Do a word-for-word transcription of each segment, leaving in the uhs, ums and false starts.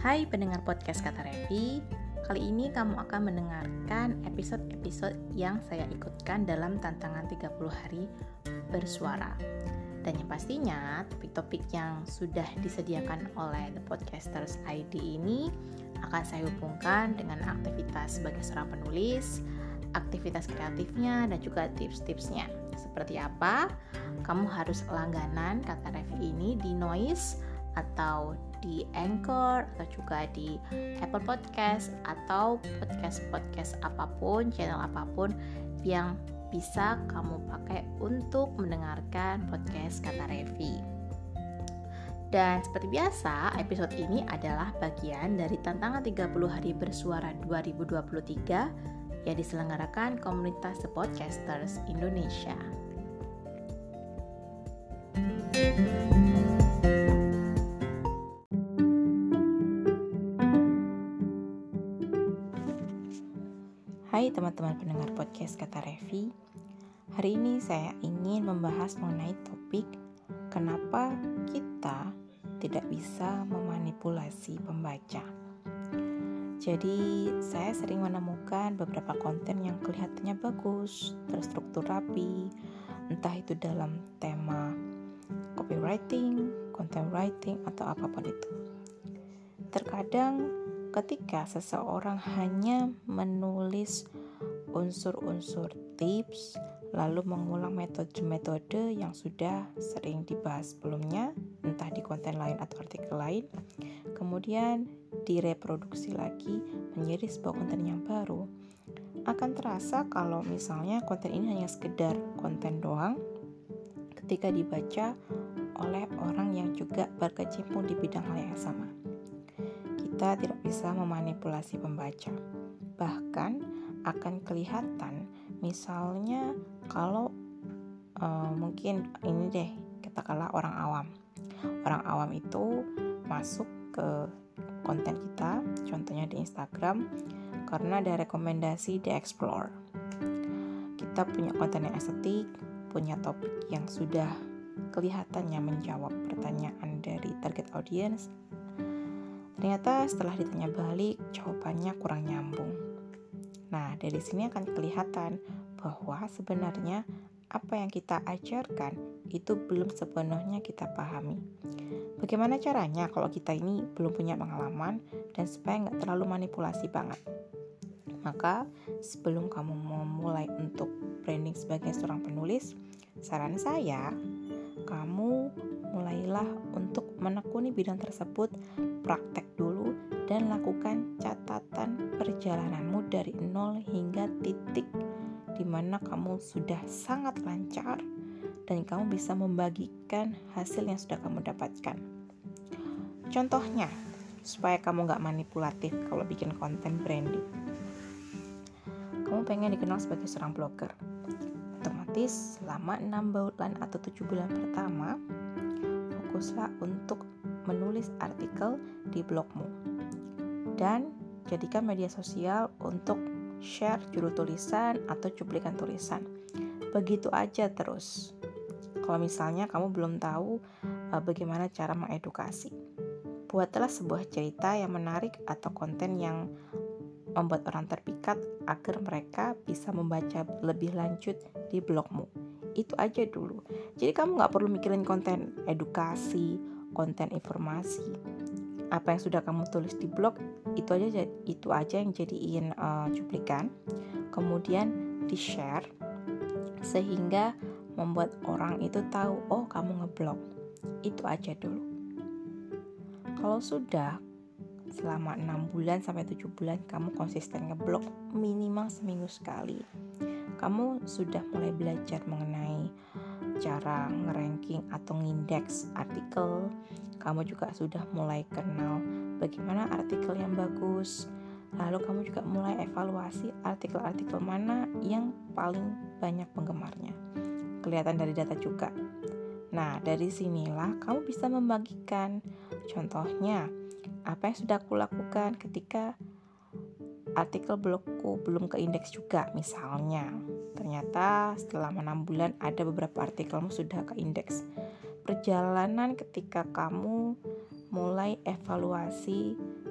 Hai pendengar podcast Kata Revi, kali ini kamu akan mendengarkan episode-episode yang saya ikutkan dalam tantangan tiga puluh hari bersuara. Dan yang pastinya topik-topik yang sudah disediakan oleh The Podcasters I D ini akan saya hubungkan dengan aktivitas sebagai seorang penulis, aktivitas kreatifnya, dan juga tips-tipsnya. Seperti apa? Kamu harus langganan Kata Revi ini di Noise atau di Anchor atau juga di Apple Podcast atau podcast-podcast apapun, channel apapun yang bisa kamu pakai untuk mendengarkan podcast Kata Revi. Dan seperti biasa, episode ini adalah bagian dari tantangan tiga puluh hari bersuara dua ribu dua puluh tiga yang diselenggarakan komunitas The Podcasters Indonesia. Hai teman-teman pendengar podcast Kata Revi. Hari ini saya ingin membahas mengenai topik kenapa kita tidak bisa memanipulasi pembaca. Jadi saya sering menemukan beberapa konten yang kelihatannya bagus, terstruktur rapi, entah itu dalam tema copywriting, content writing, atau apapun itu. Terkadang ketika seseorang hanya menulis unsur-unsur tips, lalu mengulang metode-metode yang sudah sering dibahas sebelumnya, entah di konten lain atau artikel lain, kemudian direproduksi lagi menjadi sebuah konten yang baru, akan terasa kalau misalnya konten ini hanya sekedar konten doang ketika dibaca oleh orang yang juga berkecimpung di bidang hal yang sama. Kita tidak bisa memanipulasi pembaca. Bahkan akan kelihatan misalnya kalau uh, mungkin ini deh, katakanlah orang awam. Orang awam itu masuk ke konten kita, contohnya di Instagram, karena ada rekomendasi di Explore. Kita punya konten yang estetik, punya topik yang sudah kelihatannya menjawab pertanyaan dari target audience. Ternyata setelah ditanya balik, jawabannya kurang nyambung. Nah, dari sini akan kelihatan bahwa sebenarnya apa yang kita ajarkan itu belum sepenuhnya kita pahami. Bagaimana caranya kalau kita ini belum punya pengalaman dan supaya nggak terlalu manipulasi banget? Maka sebelum kamu memulai untuk branding sebagai seorang penulis, saran saya, kamu mulailah untuk menekuni bidang tersebut, praktek dulu dan lakukan catatan perjalananmu dari nol hingga titik di mana kamu sudah sangat lancar dan kamu bisa membagikan hasil yang sudah kamu dapatkan. Contohnya, supaya kamu gak manipulatif kalau bikin konten branding. Kamu pengen dikenal sebagai seorang blogger. Otomatis selama enam bulan atau tujuh bulan pertama, fokuslah untuk menulis artikel di blogmu dan jadikan media sosial untuk share judul tulisan atau cuplikan tulisan. Begitu aja terus. Kalau misalnya kamu belum tahu uh, bagaimana cara mengedukasi, buatlah sebuah cerita yang menarik atau konten yang membuat orang terpikat agar mereka bisa membaca lebih lanjut di blogmu. Itu aja dulu. Jadi kamu gak perlu mikirin konten edukasi, konten informasi. Apa yang sudah kamu tulis di blog itu aja itu aja yang jadiin uh, cuplikan, kemudian di-share sehingga membuat orang itu tahu, oh kamu ngeblog. Itu aja dulu. Kalau sudah selama enam bulan sampai tujuh bulan kamu konsisten ngeblog minimal seminggu sekali, kamu sudah mulai belajar mengenai cara ngeranking atau ngindeks artikel. Kamu juga sudah mulai kenal bagaimana artikel yang bagus. Lalu kamu juga mulai evaluasi artikel-artikel mana yang paling banyak penggemarnya. Kelihatan dari data juga. Nah, dari sinilah kamu bisa membagikan. Contohnya, apa yang sudah aku lakukan ketika artikel blogku belum keindeks juga, misalnya. Ternyata setelah enam bulan ada beberapa artikelmu sudah keindeks. Perjalanan ketika kamu mulai evaluasi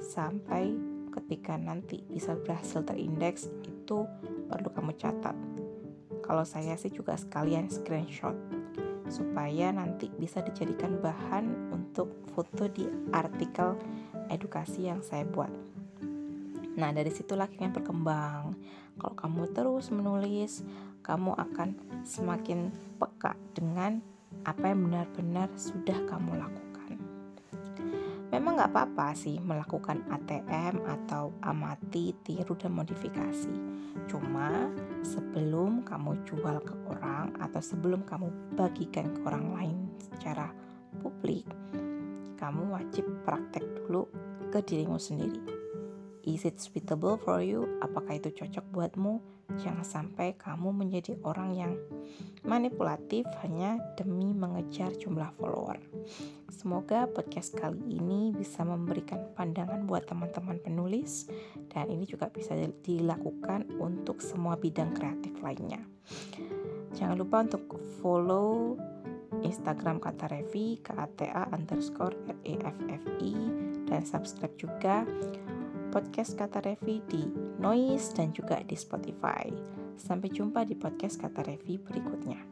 sampai ketika nanti bisa berhasil terindeks itu perlu kamu catat. Kalau saya sih juga sekalian screenshot supaya nanti bisa dijadikan bahan untuk foto di artikel edukasi yang saya buat. Nah, dari situlah kalian berkembang. Kalau kamu terus menulis, kamu akan semakin peka dengan apa yang benar-benar sudah kamu lakukan. Memang gak apa-apa sih melakukan A T M atau amati, tiru, dan modifikasi. Cuma sebelum kamu jual ke orang atau sebelum kamu bagikan ke orang lain secara publik, kamu wajib praktek dulu ke dirimu sendiri. Is it suitable for you? Apakah itu cocok buatmu? Jangan sampai kamu menjadi orang yang manipulatif hanya demi mengejar jumlah follower. Semoga podcast kali ini bisa memberikan pandangan buat teman-teman penulis, dan ini juga bisa dilakukan untuk semua bidang kreatif lainnya. Jangan lupa untuk follow Instagram Kata Revi, K A T A underscore R E F F I, dan subscribe juga podcast Kata Revi di Noise dan juga di Spotify. Sampai jumpa di podcast Kata Revi berikutnya.